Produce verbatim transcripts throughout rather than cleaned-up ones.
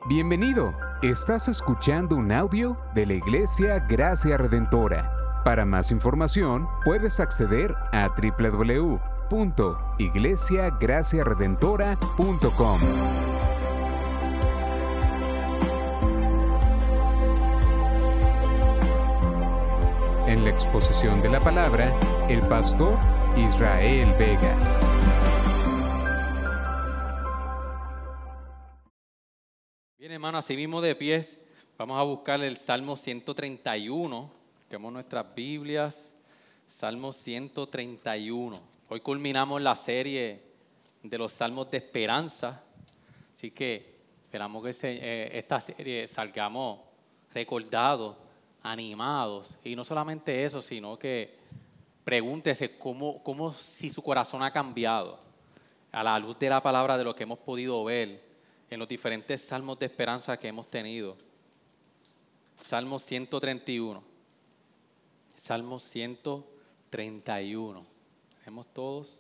Bienvenido. Estás escuchando un audio de la Iglesia Gracia Redentora. Para más información, puedes acceder a doble u doble u doble u punto iglesia gracia redentora punto com. En la exposición de la palabra, el pastor Israel Vega. Bien, hermano, así mismo de pies, vamos a buscar el Salmo ciento treinta y uno. Tenemos nuestras Biblias, Salmo ciento treinta y uno. Hoy culminamos la serie de los Salmos de Esperanza, así que esperamos que se, eh, esta serie salgamos recordados, animados, y no solamente eso, sino que pregúntese cómo, cómo si su corazón ha cambiado a la luz de la palabra, de lo que hemos podido ver en los diferentes salmos de esperanza que hemos tenido. Salmo ciento treinta y uno. Salmo ciento treinta y uno. ¿Tenemos todos?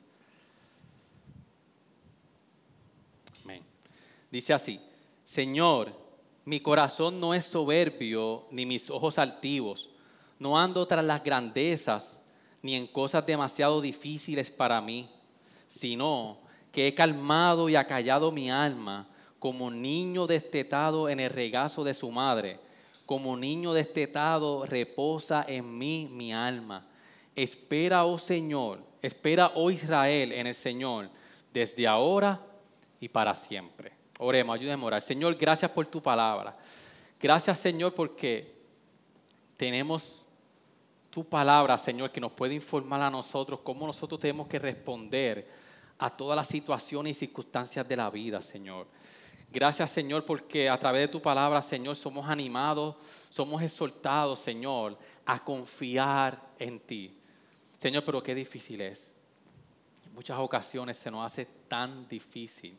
Amén. Dice así: Señor, mi corazón no es soberbio, ni mis ojos altivos. No ando tras las grandezas, ni en cosas demasiado difíciles para mí, sino que he calmado y acallado mi alma, como niño destetado en el regazo de su madre. Como niño destetado reposa en mí mi alma. Espera, oh Señor, espera, oh Israel, en el Señor, desde ahora y para siempre. Oremos, ayúdame a orar. Señor, gracias por tu palabra. Gracias, Señor, porque tenemos tu palabra, Señor, que nos puede informar a nosotros cómo nosotros tenemos que responder a todas las situaciones y circunstancias de la vida, Señor. Gracias, Señor, porque a través de tu palabra, Señor, somos animados, somos exhortados, Señor, a confiar en ti. Señor, pero qué difícil es. En muchas ocasiones se nos hace tan difícil.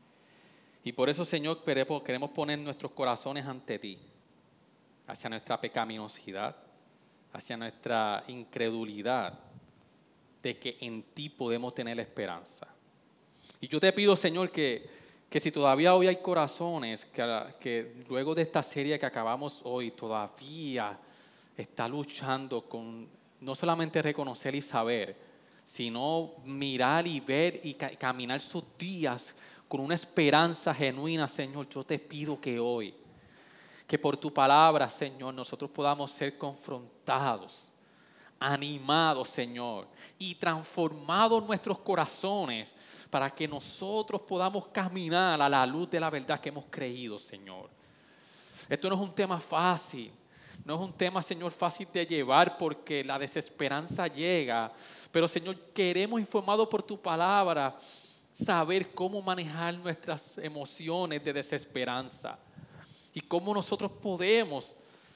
Y por eso, Señor, queremos poner nuestros corazones ante ti, hacia nuestra pecaminosidad, hacia nuestra incredulidad, de que en ti podemos tener esperanza. Y yo te pido, Señor, que que si todavía hoy hay corazones que, que luego de esta serie que acabamos hoy todavía está luchando con no solamente reconocer y saber, sino mirar y ver y ca- caminar sus días con una esperanza genuina, Señor, yo te pido que hoy, que por tu palabra, Señor, nosotros podamos ser confrontados, animados, Señor, y transformados nuestros corazones para que nosotros podamos caminar a la luz de la verdad que hemos creído, Señor. Esto no es un tema fácil, no es un tema, Señor, fácil de llevar porque la desesperanza llega, pero, Señor, queremos, informados por tu palabra, saber cómo manejar nuestras emociones de desesperanza y cómo nosotros podemos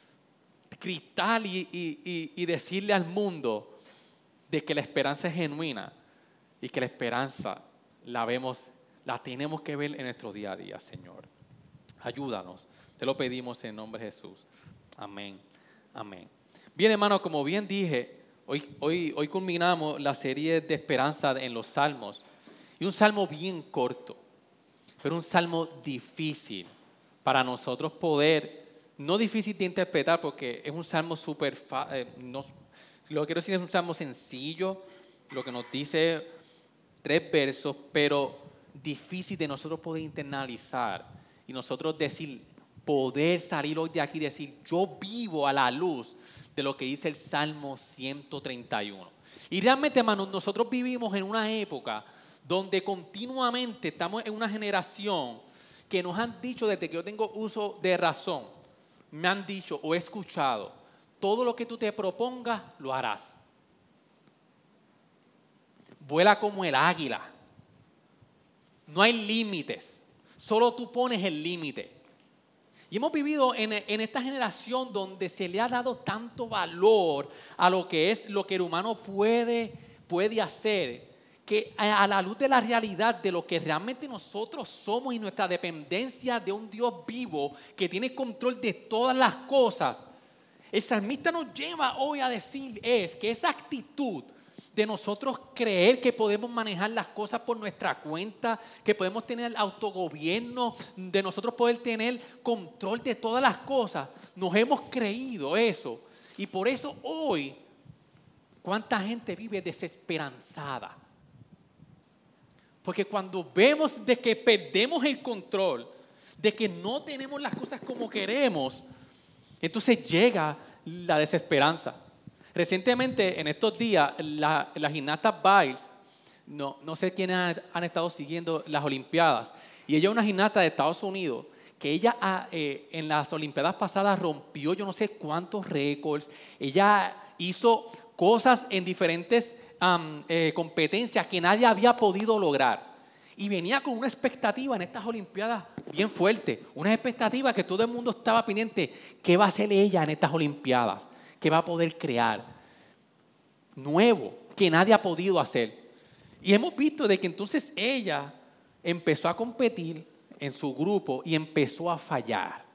gritar y, y, y, y decirle al mundo de que la esperanza es genuina y que la esperanza la vemos, la tenemos que ver en nuestro día a día, Señor. Ayúdanos, te lo pedimos en nombre de Jesús. Amén, amén. Bien, hermano, como bien dije, hoy, hoy, hoy culminamos la serie de esperanza en los salmos. Y un salmo bien corto, pero un salmo difícil para nosotros poder. No difícil de interpretar porque es un salmo súper fácil. Eh, no, lo que quiero decir es un salmo sencillo, lo que nos dice tres versos, pero difícil de nosotros poder internalizar y nosotros decir, poder salir hoy de aquí y decir, yo vivo a la luz de lo que dice el Salmo ciento treinta y uno. Y realmente, hermanos, nosotros vivimos en una época donde continuamente estamos en una generación que nos han dicho desde que yo tengo uso de razón, me han dicho o he escuchado, todo lo que tú te propongas, lo harás. Vuela como el águila. No hay límites. Solo tú pones el límite. Y hemos vivido en, en esta generación donde se le ha dado tanto valor a lo que es lo que el humano puede, puede hacer, que a la luz de la realidad de lo que realmente nosotros somos y nuestra dependencia de un Dios vivo que tiene control de todas las cosas, el salmista nos lleva hoy a decir es que esa actitud de nosotros creer que podemos manejar las cosas por nuestra cuenta, que podemos tener el autogobierno, de nosotros poder tener control de todas las cosas. Nos hemos creído eso. Y por eso hoy, ¿cuánta gente vive desesperanzada? Porque cuando vemos de que perdemos el control, de que no tenemos las cosas como queremos, entonces llega la desesperanza. Recientemente, en estos días, la, la gimnasta Biles, no, no sé quiénes han, han estado siguiendo las Olimpiadas, y ella es una gimnasta de Estados Unidos, que ella eh, en las Olimpiadas pasadas rompió yo no sé cuántos récords. Ella hizo cosas en diferentes um, eh, competencias que nadie había podido lograr. Y venía con una expectativa en estas Olimpiadas bien fuerte. Una expectativa que todo el mundo estaba pendiente. ¿Qué va a hacer ella en estas Olimpiadas? ¿Qué va a poder crear? Nuevo, que nadie ha podido hacer. Y hemos visto de que entonces ella empezó a competir en su grupo y empezó a fallar.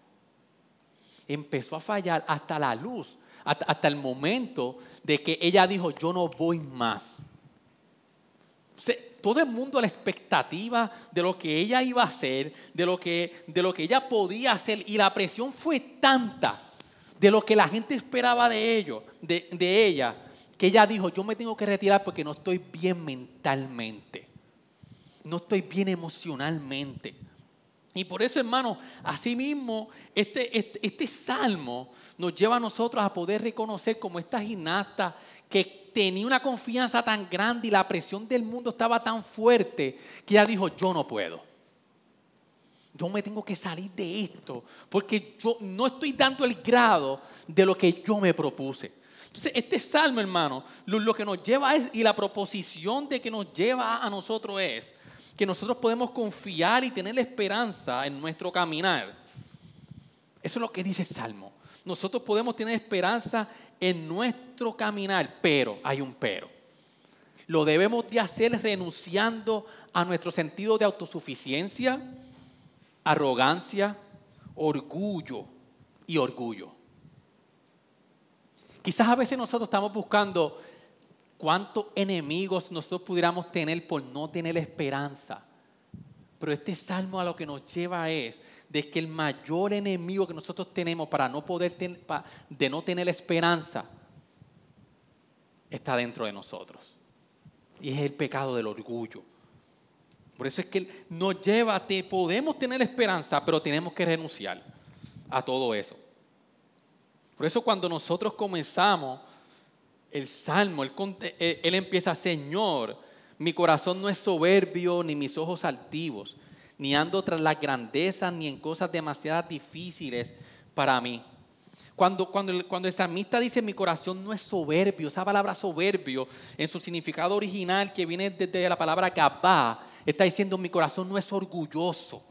Empezó a fallar hasta la luz, hasta, hasta el momento de que ella dijo, yo no voy más. O sea, todo el mundo a la expectativa de lo que ella iba a hacer, de lo que, de lo que ella podía hacer, y la presión fue tanta de lo que la gente esperaba de, ello, de, de ella, que ella dijo, yo me tengo que retirar porque no estoy bien mentalmente, no estoy bien emocionalmente. Y por eso, hermano, así mismo, este, este, este salmo nos lleva a nosotros a poder reconocer como esta gimnasta que tenía una confianza tan grande y la presión del mundo estaba tan fuerte que ella dijo, yo no puedo. Yo me tengo que salir de esto porque yo no estoy dando el grado de lo que yo me propuse. Entonces, este salmo, hermano, lo, lo que nos lleva es, y la proposición de que nos lleva a nosotros es, que nosotros podemos confiar y tener esperanza en nuestro caminar. Eso es lo que dice el Salmo. Nosotros podemos tener esperanza en nuestro caminar, pero hay un pero. Lo debemos de hacer renunciando a nuestro sentido de autosuficiencia, arrogancia, orgullo y orgullo. Quizás a veces nosotros estamos buscando cuántos enemigos nosotros pudiéramos tener por no tener esperanza. Pero este salmo a lo que nos lleva es de que el mayor enemigo que nosotros tenemos para no poder tener, para, de no tener esperanza está dentro de nosotros. Y es el pecado del orgullo. Por eso es que nos lleva a que podemos tener esperanza, pero tenemos que renunciar a todo eso. Por eso cuando nosotros comenzamos el salmo, él, él empieza, Señor, mi corazón no es soberbio, ni mis ojos altivos, ni ando tras las grandezas, ni en cosas demasiado difíciles para mí. Cuando, cuando, el, cuando el salmista dice, mi corazón no es soberbio, esa palabra soberbio, en su significado original, que viene desde la palabra gabá, está diciendo, mi corazón no es orgulloso.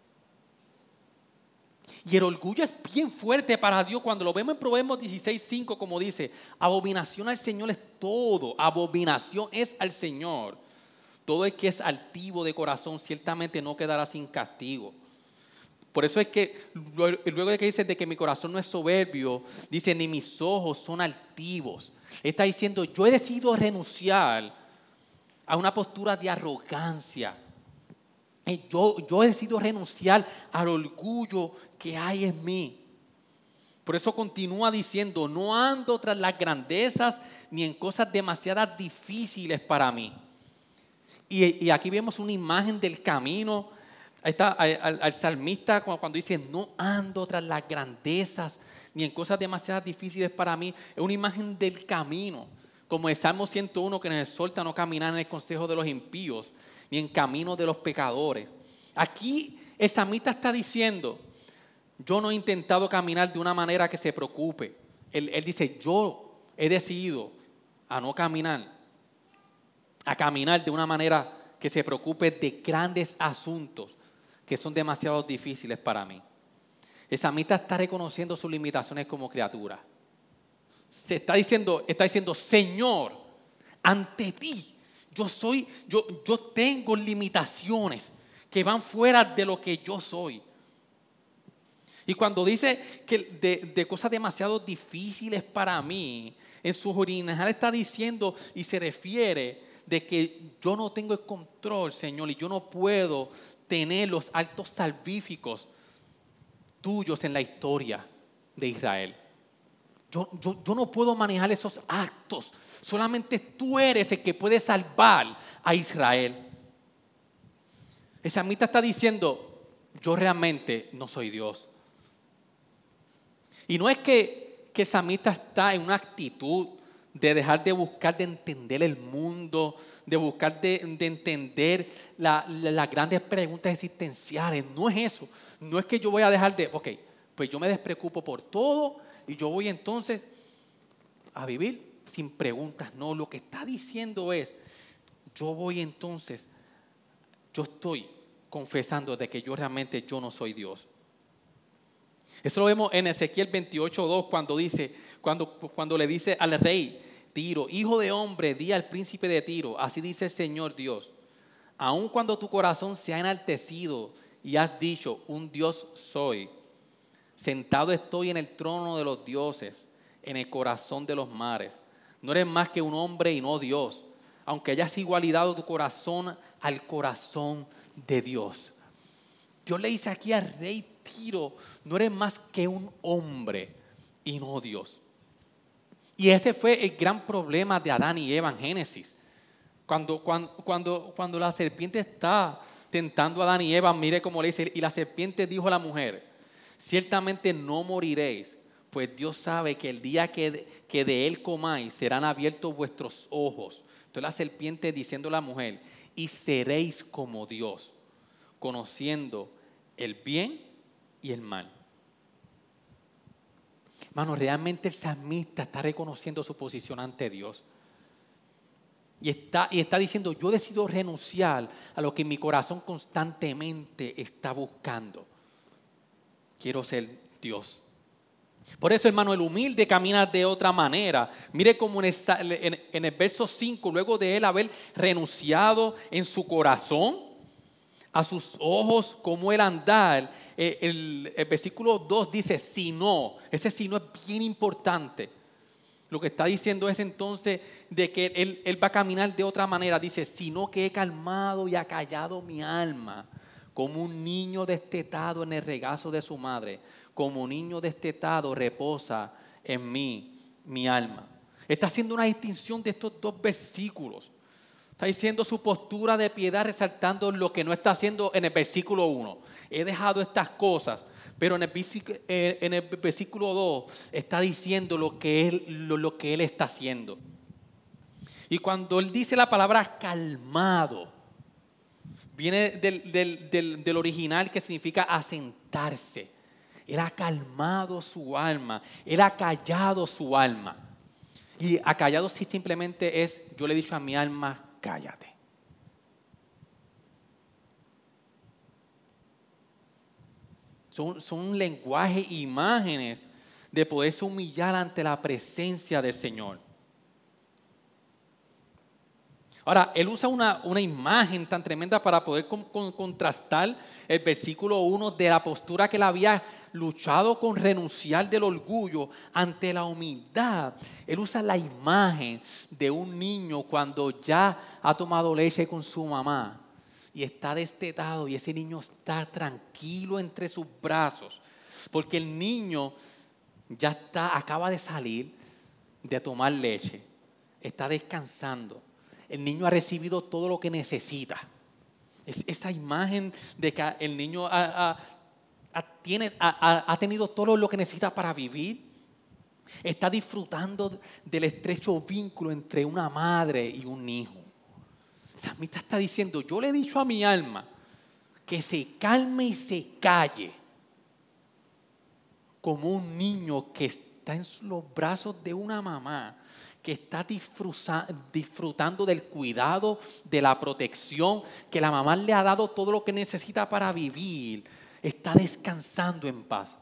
Y el orgullo es bien fuerte para Dios. Cuando lo vemos en Proverbios dieciséis cinco, como dice, abominación al Señor es todo. Abominación es al Señor. Todo el que es altivo de corazón ciertamente no quedará sin castigo. Por eso es que luego de que dice de que mi corazón no es soberbio, dice, ni mis ojos son altivos. Está diciendo, yo he decidido renunciar a una postura de arrogancia. Yo, yo he decidido renunciar al orgullo que hay en mí. Por eso continúa diciendo, no ando tras las grandezas ni en cosas demasiado difíciles para mí. Y, y aquí vemos una imagen del camino. Ahí está al, al salmista cuando dice, no ando tras las grandezas ni en cosas demasiado difíciles para mí. Es una imagen del camino. Como el Salmo ciento uno que nos exhorta a no caminar en el consejo de los impíos, ni en camino de los pecadores. Aquí el salmista está diciendo, yo no he intentado caminar de una manera que se preocupe. Él, él dice, yo he decidido a no caminar, a caminar de una manera que se preocupe de grandes asuntos que son demasiado difíciles para mí. El salmista está reconociendo sus limitaciones como criatura. Se está diciendo, está diciendo, Señor, ante ti, yo soy, yo, yo tengo limitaciones que van fuera de lo que yo soy. Y cuando dice que de, de cosas demasiado difíciles para mí, en sus originales está diciendo y se refiere de que yo no tengo el control, Señor, y yo no puedo tener los actos salvíficos tuyos en la historia de Israel. Yo, yo, yo no puedo manejar esos actos. Solamente tú eres el que puede salvar a Israel. El salmista está diciendo, yo realmente no soy Dios. Y no es que, que el salmista está en una actitud de dejar de buscar de entender el mundo, de buscar de, de entender la, la, las grandes preguntas existenciales. No es eso. No es que yo voy a dejar de, ok, pues yo me despreocupo por todo y yo voy entonces a vivir sin preguntas. No, lo que está diciendo es, yo voy entonces, yo estoy confesando de que yo realmente yo no soy Dios. Eso lo vemos en Ezequiel veintiocho dos cuando dice, cuando, cuando le dice al rey Tiro, hijo de hombre, di al príncipe de Tiro, así dice el Señor Dios, aun cuando tu corazón se ha enaltecido y has dicho, un Dios soy, sentado estoy en el trono de los dioses, en el corazón de los mares, no eres más que un hombre y no Dios, aunque hayas igualado tu corazón al corazón de Dios. Dios le dice aquí al rey Tiro, no eres más que un hombre y no Dios. Y ese fue el gran problema de Adán y Eva en Génesis. Cuando, cuando, cuando, cuando la serpiente está tentando a Adán y Eva, mire cómo le dice, y la serpiente dijo a la mujer, ciertamente no moriréis, pues Dios sabe que el día que de, que de él comáis serán abiertos vuestros ojos. Entonces la serpiente diciendo a la mujer, y seréis como Dios, conociendo el bien y el mal. Hermano, realmente el salmista está reconociendo su posición ante Dios. Y está, y está diciendo, yo decido renunciar a lo que mi corazón constantemente está buscando. Quiero ser Dios. Por eso, hermano, el humilde camina de otra manera. Mire cómo en el, en, en el verso cinco, luego de él haber renunciado en su corazón, a sus ojos como el andar, el, el, el versículo dos dice, si no, ese si no es bien importante. Lo que está diciendo es entonces de que él, él va a caminar de otra manera. Dice, sino que he calmado y acallado mi alma, como un niño destetado en el regazo de su madre, como un niño destetado reposa en mí mi alma. Está haciendo una distinción de estos dos versículos. Está diciendo su postura de piedad, resaltando lo que no está haciendo en el versículo uno. He dejado estas cosas, pero en el versículo, en el versículo dos está diciendo lo que, él, lo, lo que él está haciendo. Y cuando él dice la palabra calmado, viene del, del, del, del original que significa asentarse. Él ha calmado su alma, él ha callado su alma. Y acallado sí simplemente es, yo le he dicho a mi alma, cállate. Son, son un lenguaje, imágenes de poderse humillar ante la presencia del Señor. Ahora, él usa una, una imagen tan tremenda para poder con, con, contrastar el versículo uno de la postura que él había luchado con renunciar del orgullo ante la humildad. Él usa la imagen de un niño cuando ya ha tomado leche con su mamá y está destetado y ese niño está tranquilo entre sus brazos porque el niño ya está, acaba de salir de tomar leche, está descansando. El niño ha recibido todo lo que necesita. Es esa imagen de que el niño ha, ha, ha, tiene, ha, ha tenido todo lo que necesita para vivir. Está disfrutando del estrecho vínculo entre una madre y un hijo. El salmista está diciendo, yo le he dicho a mi alma que se calme y se calle como un niño que está en los brazos de una mamá, que está disfrutando del cuidado, de la protección, que la mamá le ha dado todo lo que necesita para vivir, está descansando en paz.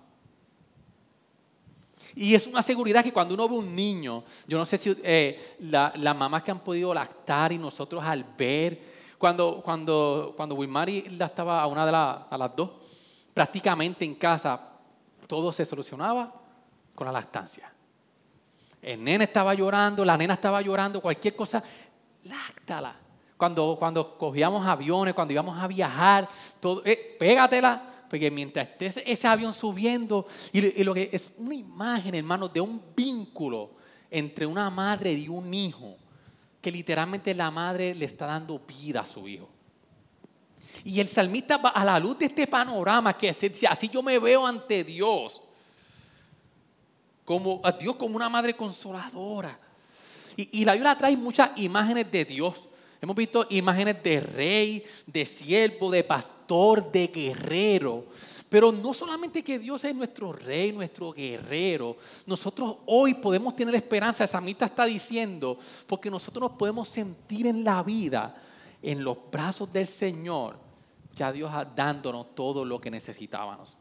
Y es una seguridad que cuando uno ve un niño, yo no sé si eh, la, las mamás que han podido lactar y nosotros al ver, cuando, cuando, cuando Wilmary la estaba a una de la, a las dos, prácticamente en casa, todo se solucionaba con la lactancia. El nene estaba llorando, la nena estaba llorando, cualquier cosa, láctala. Cuando, cuando cogíamos aviones, cuando íbamos a viajar, todo, eh, pégatela, porque mientras esté ese, ese avión subiendo, y, y lo que es una imagen, hermano, de un vínculo entre una madre y un hijo, que literalmente la madre le está dando vida a su hijo. Y el salmista va a la luz de este panorama, que así yo me veo ante Dios, como a Dios como una madre consoladora. Y, y la Biblia trae muchas imágenes de Dios. Hemos visto imágenes de rey, de siervo, de pastor, de guerrero. Pero no solamente que Dios es nuestro rey, nuestro guerrero. Nosotros hoy podemos tener esperanza. El salmista está diciendo, porque nosotros nos podemos sentir en la vida, en los brazos del Señor, ya Dios dándonos todo lo que necesitábamos.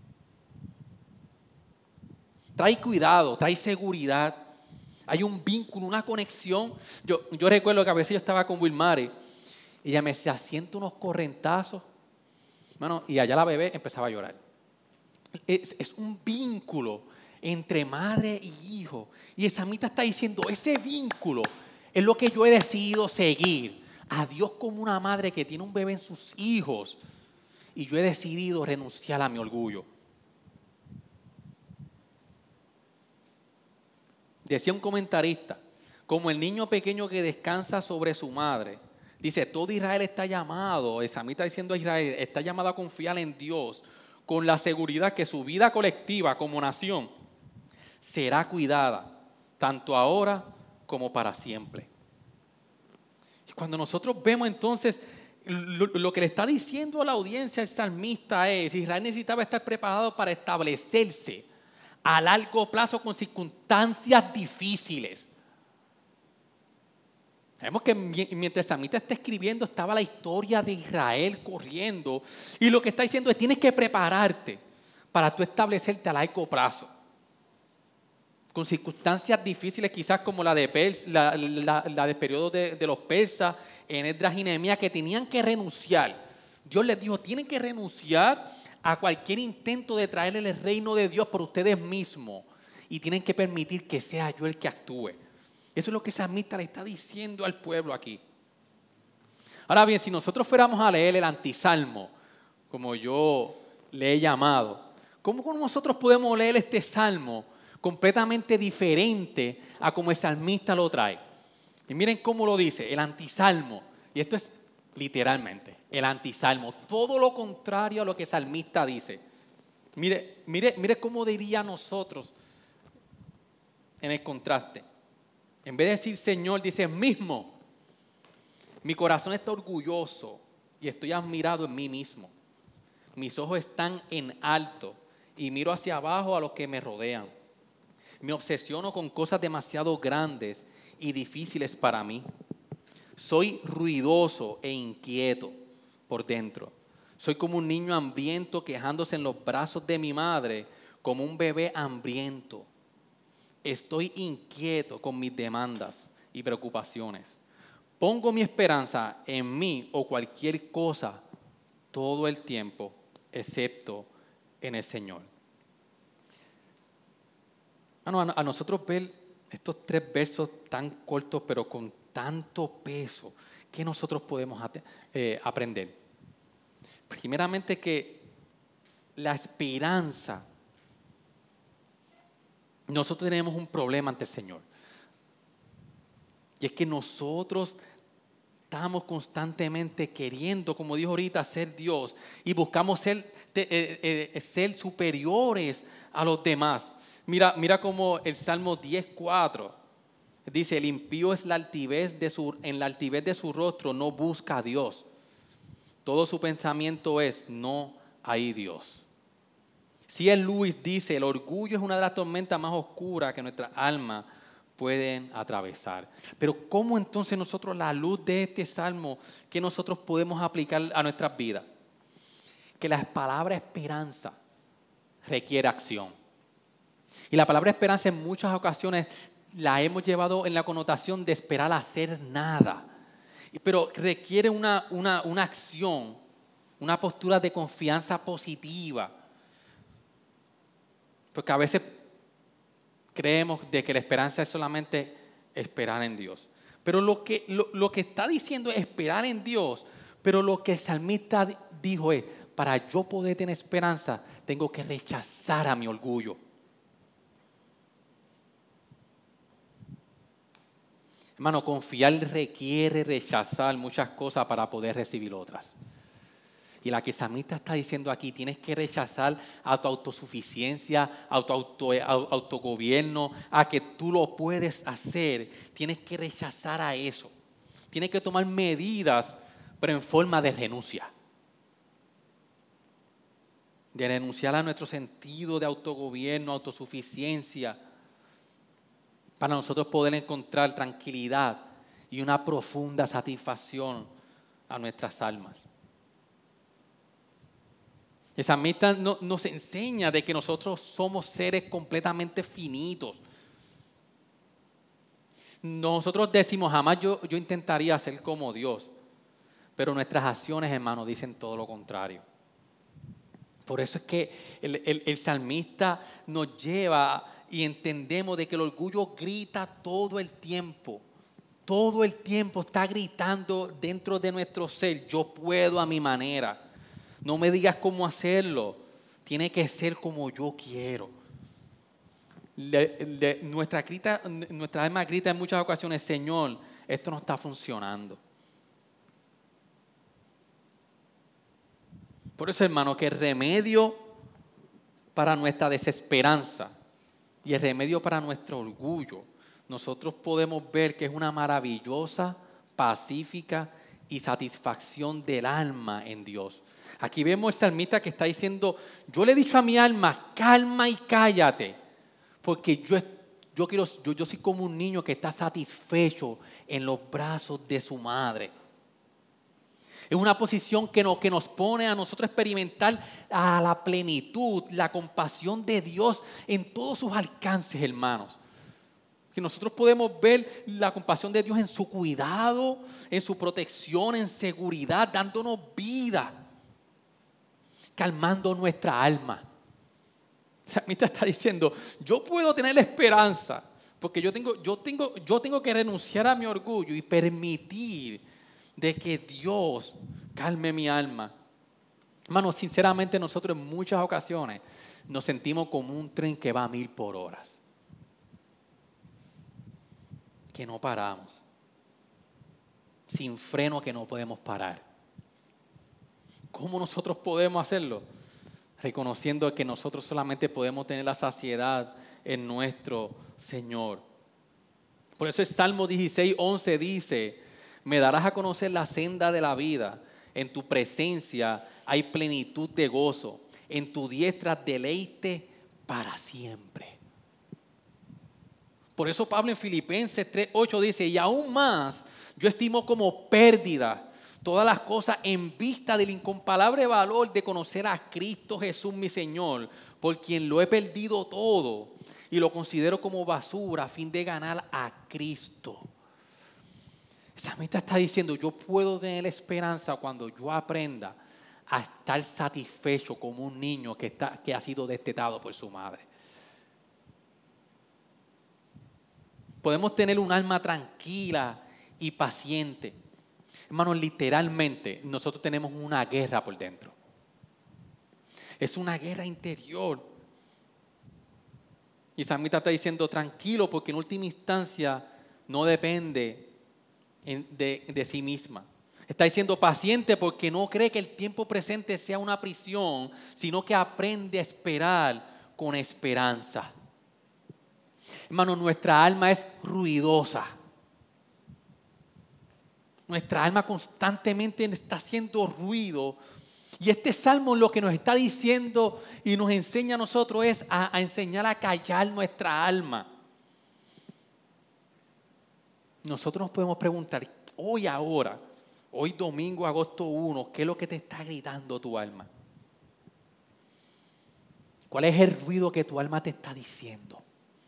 Trae cuidado, trae seguridad. Hay un vínculo, una conexión. Yo, yo recuerdo que a veces yo estaba con Wilmary y ella me decía, siento unos correntazos. Bueno, y allá la bebé empezaba a llorar. Es, es un vínculo entre madre y hijo. Y el salmista está diciendo, ese vínculo es lo que yo he decidido seguir. A Dios como una madre que tiene un bebé en sus hijos. Y yo he decidido renunciar a mi orgullo. Decía un comentarista, como el niño pequeño que descansa sobre su madre. Dice, todo Israel está llamado, el salmista está diciendo a Israel, está llamado a confiar en Dios con la seguridad que su vida colectiva como nación será cuidada, tanto ahora como para siempre. Y cuando nosotros vemos entonces lo, lo que le está diciendo a la audiencia el salmista es, Israel necesitaba estar preparado para establecerse a largo plazo con circunstancias difíciles. Vemos que mientras el salmista está escribiendo estaba la historia de Israel corriendo y lo que está diciendo es tienes que prepararte para tú establecerte a largo plazo. Con circunstancias difíciles quizás como la, de Pers, la, la, la del periodo de, de los persas en Esdras y Nehemías que tenían que renunciar. Dios les dijo tienen que renunciar a cualquier intento de traerle el reino de Dios por ustedes mismos y tienen que permitir que sea yo el que actúe. Eso es lo que el salmista le está diciendo al pueblo aquí. Ahora bien, si nosotros fuéramos a leer el antisalmo, como yo le he llamado, ¿cómo nosotros podemos leer este salmo completamente diferente a como el salmista lo trae? Y miren cómo lo dice, el antisalmo, y esto es literalmente, el antisalmo, todo lo contrario a lo que el salmista dice. Mire, mire, mire cómo diría nosotros en el contraste. En vez de decir Señor, dice mismo, mi corazón está orgulloso y estoy admirado en mí mismo. Mis ojos están en alto y miro hacia abajo a los que me rodean. Me obsesiono con cosas demasiado grandes y difíciles para mí. Soy ruidoso e inquieto por dentro. Soy como un niño hambriento quejándose en los brazos de mi madre, como un bebé hambriento. Estoy inquieto con mis demandas y preocupaciones. Pongo mi esperanza en mí o cualquier cosa todo el tiempo, excepto en el Señor. Bueno, a nosotros ver estos tres versos tan cortos, pero con tanto peso, ¿qué nosotros podemos eh, aprender? Primeramente que la esperanza, nosotros tenemos un problema ante el Señor. Y es que nosotros estamos constantemente queriendo, como dijo ahorita, ser Dios. Y buscamos ser, eh, eh, ser superiores a los demás. Mira, mira como el Salmo diez cuatro dice, el impío es la altivez de su, en la altivez de su rostro no busca a Dios. Todo su pensamiento es, no hay Dios. C S Lewis dice, el orgullo es una de las tormentas más oscuras que nuestra alma pueden atravesar. Pero ¿cómo entonces nosotros, a la luz de este salmo, que nosotros podemos aplicar a nuestras vidas? Que la palabra esperanza requiere acción. Y la palabra esperanza en muchas ocasiones la hemos llevado en la connotación de esperar a hacer nada. Pero requiere una, una, una acción, una postura de confianza positiva. Porque a veces creemos de que la esperanza es solamente esperar en Dios. Pero lo que, lo, lo que está diciendo es esperar en Dios. Pero lo que el salmista dijo es, para yo poder tener esperanza, tengo que rechazar a mi orgullo. Hermano, confiar requiere rechazar muchas cosas para poder recibir otras. Y la que el salmista está diciendo aquí, tienes que rechazar a tu autosuficiencia, a tu auto, autogobierno, a que tú lo puedes hacer. Tienes que rechazar a eso. Tienes que tomar medidas, pero en forma de renuncia. De renunciar a nuestro sentido de autogobierno, autosuficiencia, para nosotros poder encontrar tranquilidad y una profunda satisfacción a nuestras almas. El salmista no, nos enseña de que nosotros somos seres completamente finitos. Nosotros decimos, jamás yo, yo intentaría ser como Dios. Pero nuestras acciones, hermanos, dicen todo lo contrario. Por eso es que el, el, el salmista nos lleva y entendemos de que el orgullo grita todo el tiempo. Todo el tiempo está gritando dentro de nuestro ser, yo puedo a mi manera. No me digas cómo hacerlo. Tiene que ser como yo quiero. Le, le, nuestra, grita, nuestra alma grita en muchas ocasiones, Señor, esto no está funcionando. Por eso, hermano, que el remedio para nuestra desesperanza y el remedio para nuestro orgullo, nosotros podemos ver que es una maravillosa, pacífica y satisfacción del alma en Dios. Aquí vemos el salmista que está diciendo, yo le he dicho a mi alma, calma y cállate, porque yo, yo, quiero, yo, yo soy como un niño que está satisfecho en los brazos de su madre. Es una posición que nos, que nos pone a nosotros experimentar a la plenitud, la compasión de Dios en todos sus alcances, hermanos. Que nosotros podemos ver la compasión de Dios en su cuidado, en su protección, en seguridad, dándonos vida, calmando nuestra alma. El salmista está diciendo, yo puedo tener la esperanza, porque yo tengo, yo tengo, yo tengo que renunciar a mi orgullo y permitir de que Dios calme mi alma. Hermano, sinceramente nosotros en muchas ocasiones nos sentimos como un tren que va a mil por horas. Que no paramos. Sin freno que no podemos parar. ¿Cómo nosotros podemos hacerlo? Reconociendo que nosotros solamente podemos tener la saciedad en nuestro Señor. Por eso el Salmo dieciséis, once dice, me darás a conocer la senda de la vida. En tu presencia hay plenitud de gozo. En tu diestra deleite para siempre. Por eso Pablo en Filipenses tres, ocho dice, y aún más yo estimo como pérdida todas las cosas en vista del incomparable valor de conocer a Cristo Jesús mi Señor, por quien lo he perdido todo y lo considero como basura a fin de ganar a Cristo. El salmista está diciendo, yo puedo tener esperanza cuando yo aprenda a estar satisfecho como un niño que, está, que ha sido destetado por su madre. Podemos tener un alma tranquila y paciente. Hermanos, literalmente nosotros tenemos una guerra por dentro. Es una guerra interior. Y el salmista está diciendo, tranquilo, porque en última instancia no depende De, de sí misma. Está diciendo paciente porque no cree que el tiempo presente sea una prisión, sino que aprende a esperar con esperanza. Hermano, nuestra alma es ruidosa. Nuestra alma constantemente está haciendo ruido. Y este salmo lo que nos está diciendo y nos enseña a nosotros es a, a enseñar a callar nuestra alma. Nosotros nos podemos preguntar, hoy ahora, hoy domingo, agosto primero, ¿qué es lo que te está gritando tu alma? ¿Cuál es el ruido que tu alma te está diciendo?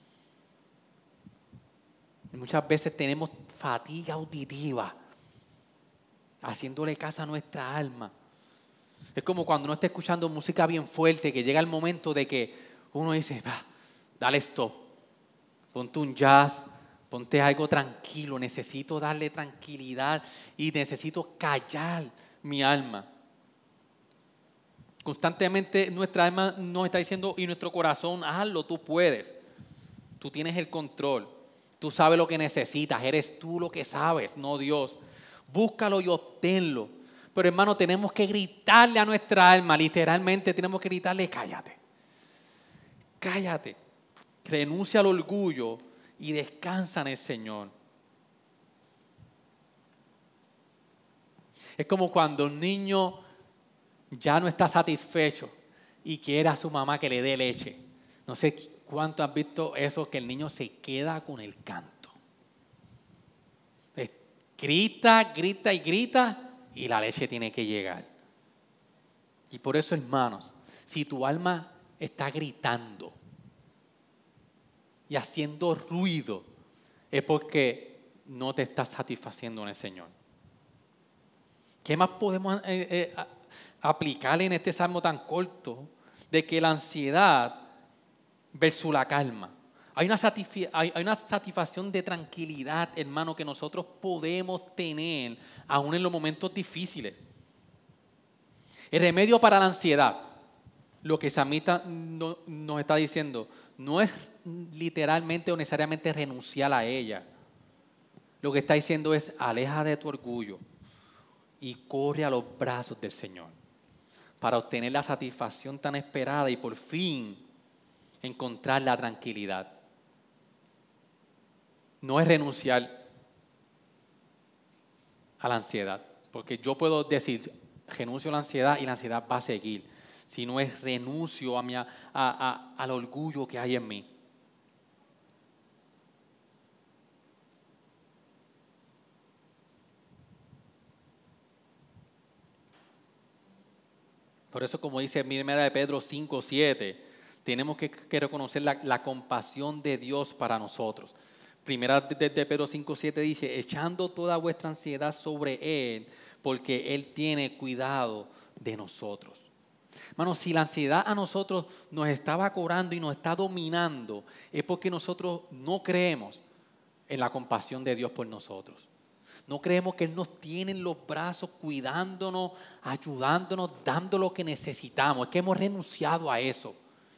Y muchas veces tenemos fatiga auditiva, haciéndole caso a nuestra alma. Es como cuando uno está escuchando música bien fuerte, que llega el momento de que uno dice, va, dale stop, ponte un jazz, ponte algo tranquilo, necesito darle tranquilidad y necesito callar mi alma. Constantemente nuestra alma nos está diciendo y nuestro corazón, hazlo, tú puedes. Tú tienes el control. Tú sabes lo que necesitas. Eres tú lo que sabes, no Dios. Búscalo y obténlo. Pero hermano, tenemos que gritarle a nuestra alma. Literalmente tenemos que gritarle, cállate. Cállate. Renuncia al orgullo y descansa en el Señor. Es como cuando un niño ya no está satisfecho y quiere a su mamá que le dé leche. No sé cuánto has visto eso, que el niño se queda con el canto. Grita, grita y grita y la leche tiene que llegar. Y por eso, hermanos, si tu alma está gritando y haciendo ruido, es porque no te estás satisfaciendo en el Señor. ¿Qué más podemos eh, eh, aplicar en este salmo tan corto de que la ansiedad versus la calma? Hay una, satisfi- hay, hay una satisfacción de tranquilidad, hermano, que nosotros podemos tener aún en los momentos difíciles. El remedio para la ansiedad, lo que Samita no, nos está diciendo, no es literalmente o necesariamente renunciar a ella. Lo que está diciendo es, aleja de tu orgullo y corre a los brazos del Señor para obtener la satisfacción tan esperada y por fin encontrar la tranquilidad. No es renunciar a la ansiedad, porque yo puedo decir, renuncio a la ansiedad y la ansiedad va a seguir, sino es renuncio a mi, a, a, al orgullo que hay en mí. Por eso, como dice primera de Pedro cinco siete, tenemos que, que reconocer la, la compasión de Dios para nosotros. Primera de, de Pedro cinco siete dice, echando toda vuestra ansiedad sobre Él, porque Él tiene cuidado de nosotros. Hermano, si la ansiedad a nosotros nos estaba cobrando y nos está dominando, es porque nosotros no creemos en la compasión de Dios por nosotros. No creemos que Él nos tiene en los brazos cuidándonos, ayudándonos, dando lo que necesitamos. Es que hemos renunciado a eso.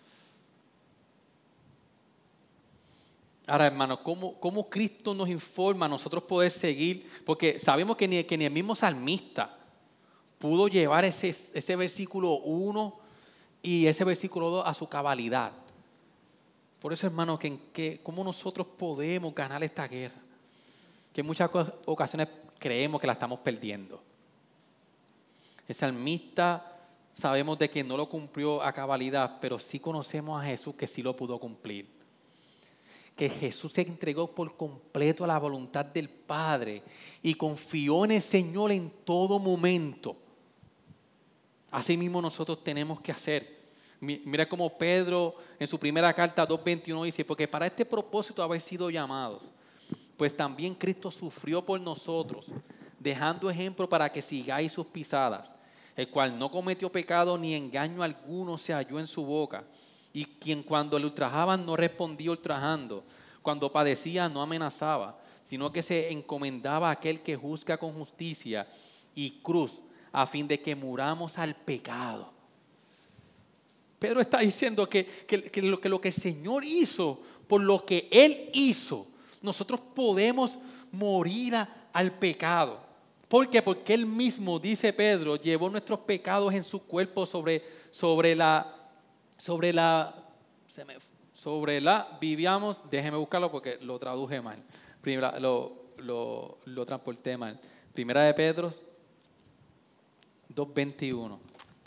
Ahora, hermanos, ¿cómo, ¿cómo Cristo nos informa a nosotros poder seguir? Porque sabemos que ni, que ni el mismo salmista pudo llevar ese, ese versículo uno y ese versículo dos a su cabalidad. Por eso, hermanos, que, que, ¿cómo nosotros podemos ganar esta guerra? Que en muchas ocasiones creemos que la estamos perdiendo. El salmista sabemos de que no lo cumplió a cabalidad, pero sí conocemos a Jesús que sí lo pudo cumplir. Que Jesús se entregó por completo a la voluntad del Padre y confió en el Señor en todo momento. Así mismo nosotros tenemos que hacer. Mira cómo Pedro en su primera carta dos veintiuno dice, porque para este propósito habéis sido llamados, pues también Cristo sufrió por nosotros, dejando ejemplo para que sigáis sus pisadas, el cual no cometió pecado ni engaño alguno se halló en su boca, y quien cuando le ultrajaban no respondía ultrajando, cuando padecía no amenazaba, sino que se encomendaba a aquel que juzga con justicia y cruz, a fin de que muramos al pecado. Pedro está diciendo que, que, que, lo, que lo que el Señor hizo, por lo que Él hizo, nosotros podemos morir a, al pecado. ¿Por qué? Porque Él mismo, dice Pedro, llevó nuestros pecados en su cuerpo sobre, sobre la, sobre la, se me, sobre la, vivíamos, déjeme buscarlo porque lo traduje mal, Primera, lo, lo, lo transporté mal. Primera de Pedro dos veintiuno.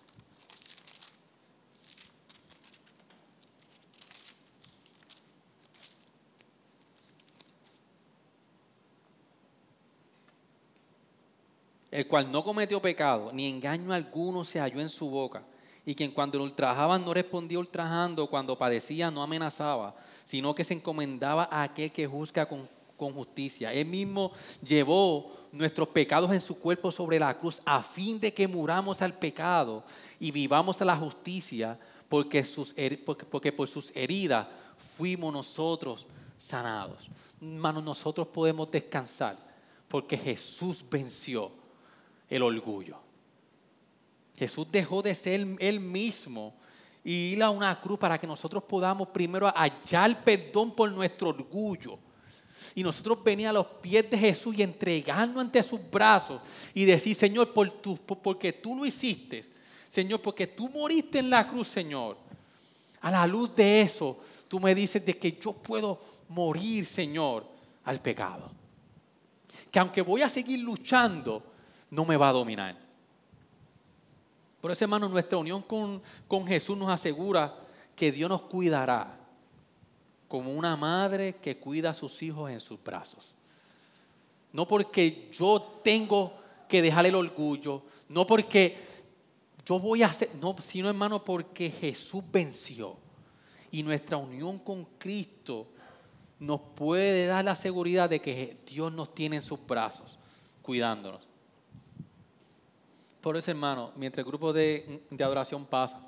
El cual no cometió pecado, ni engaño alguno se halló en su boca, y quien cuando lo ultrajaban no respondía ultrajando, cuando padecía no amenazaba, sino que se encomendaba a aquel que juzga con, con justicia. Él mismo llevó nuestros pecados en su cuerpo sobre la cruz, a fin de que muramos al pecado y vivamos a la justicia, porque, sus, porque, porque por sus heridas fuimos nosotros sanados. Hermanos, nosotros podemos descansar porque Jesús venció el orgullo. Jesús dejó de ser Él mismo y ir a una cruz para que nosotros podamos primero hallar perdón por nuestro orgullo. Y nosotros venir a los pies de Jesús y entregarnos ante sus brazos y decir, Señor, por tu, por, porque tú lo hiciste, Señor, porque tú moriste en la cruz, Señor. A la luz de eso, tú me dices de que yo puedo morir, Señor, al pecado. Que aunque voy a seguir luchando, no me va a dominar. Por eso, hermano, nuestra unión con, con Jesús nos asegura que Dios nos cuidará como una madre que cuida a sus hijos en sus brazos. No porque yo tengo que dejar el orgullo, no porque yo voy a hacer, no, sino, hermano, porque Jesús venció. Y nuestra unión con Cristo nos puede dar la seguridad de que Dios nos tiene en sus brazos, cuidándonos. Por eso, hermano, mientras el grupo de, de adoración pasa,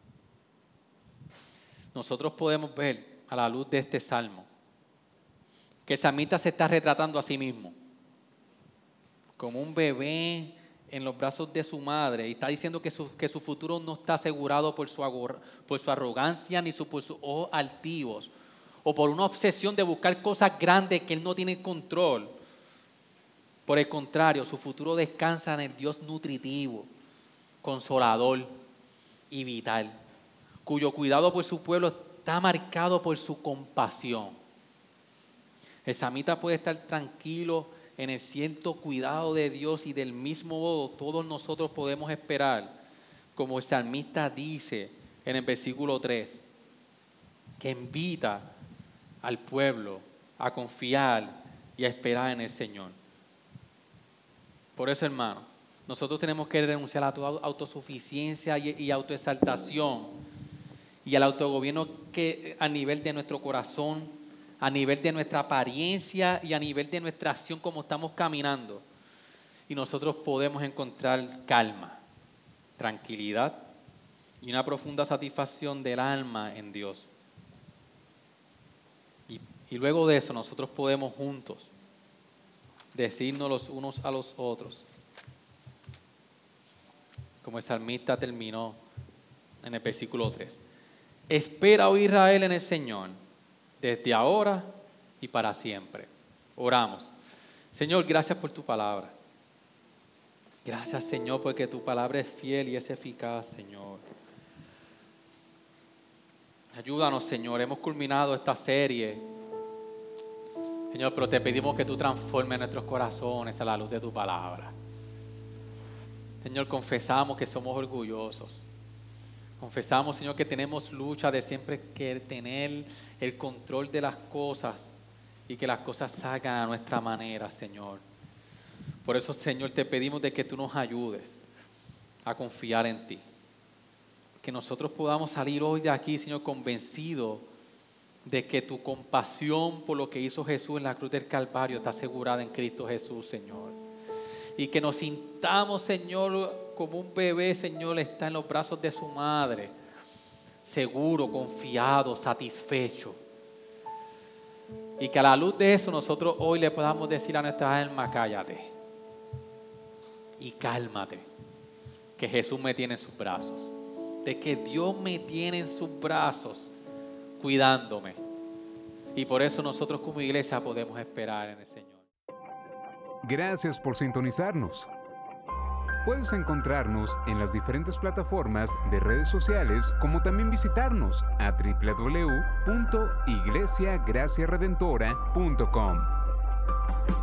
nosotros podemos ver a la luz de este salmo que el salmista se está retratando a sí mismo como un bebé en los brazos de su madre y está diciendo que su, que su futuro no está asegurado por su, agor, por su arrogancia ni su, por sus ojos altivos o por una obsesión de buscar cosas grandes que él no tiene control. Por el contrario, su futuro descansa en el Dios nutritivo, consolador y vital, cuyo cuidado por su pueblo está marcado por su compasión. El salmista puede estar tranquilo en el cierto cuidado de Dios y del mismo modo todos nosotros podemos esperar, como el salmista dice en el versículo tres, que invita al pueblo a confiar y a esperar en el Señor. Por eso, hermano, nosotros tenemos que renunciar a toda autosuficiencia y, y autoexaltación y al autogobierno que a nivel de nuestro corazón, a nivel de nuestra apariencia y a nivel de nuestra acción como estamos caminando. Y nosotros podemos encontrar calma, tranquilidad y una profunda satisfacción del alma en Dios. Y, y luego de eso nosotros podemos juntos decirnos los unos a los otros, como el salmista terminó en el versículo tres. Espera, oh Israel, en el Señor, desde ahora y para siempre. Oramos. Señor, gracias por tu palabra. Gracias, Señor, porque tu palabra es fiel y es eficaz, Señor. Ayúdanos, Señor. Hemos culminado esta serie, Señor, pero te pedimos que tú transformes nuestros corazones a la luz de tu palabra. Señor, confesamos que somos orgullosos. Confesamos, Señor, que tenemos lucha de siempre querer tener el control de las cosas y que las cosas salgan a nuestra manera, Señor. Por eso, Señor, te pedimos de que tú nos ayudes a confiar en ti. Que nosotros podamos salir hoy de aquí, Señor, convencidos de que tu compasión por lo que hizo Jesús en la cruz del Calvario está asegurada en Cristo Jesús, Señor. Y que nos sintamos, Señor, como un bebé, Señor, está en los brazos de su madre, seguro, confiado, satisfecho. Y que a la luz de eso nosotros hoy le podamos decir a nuestra alma, cállate y cálmate, que Jesús me tiene en sus brazos, de que Dios me tiene en sus brazos cuidándome. Y por eso nosotros como iglesia podemos esperar en el Señor. Gracias por sintonizarnos. Puedes encontrarnos en las diferentes plataformas de redes sociales, como también visitarnos a doble u doble u doble u punto iglesia gracia redentora punto com.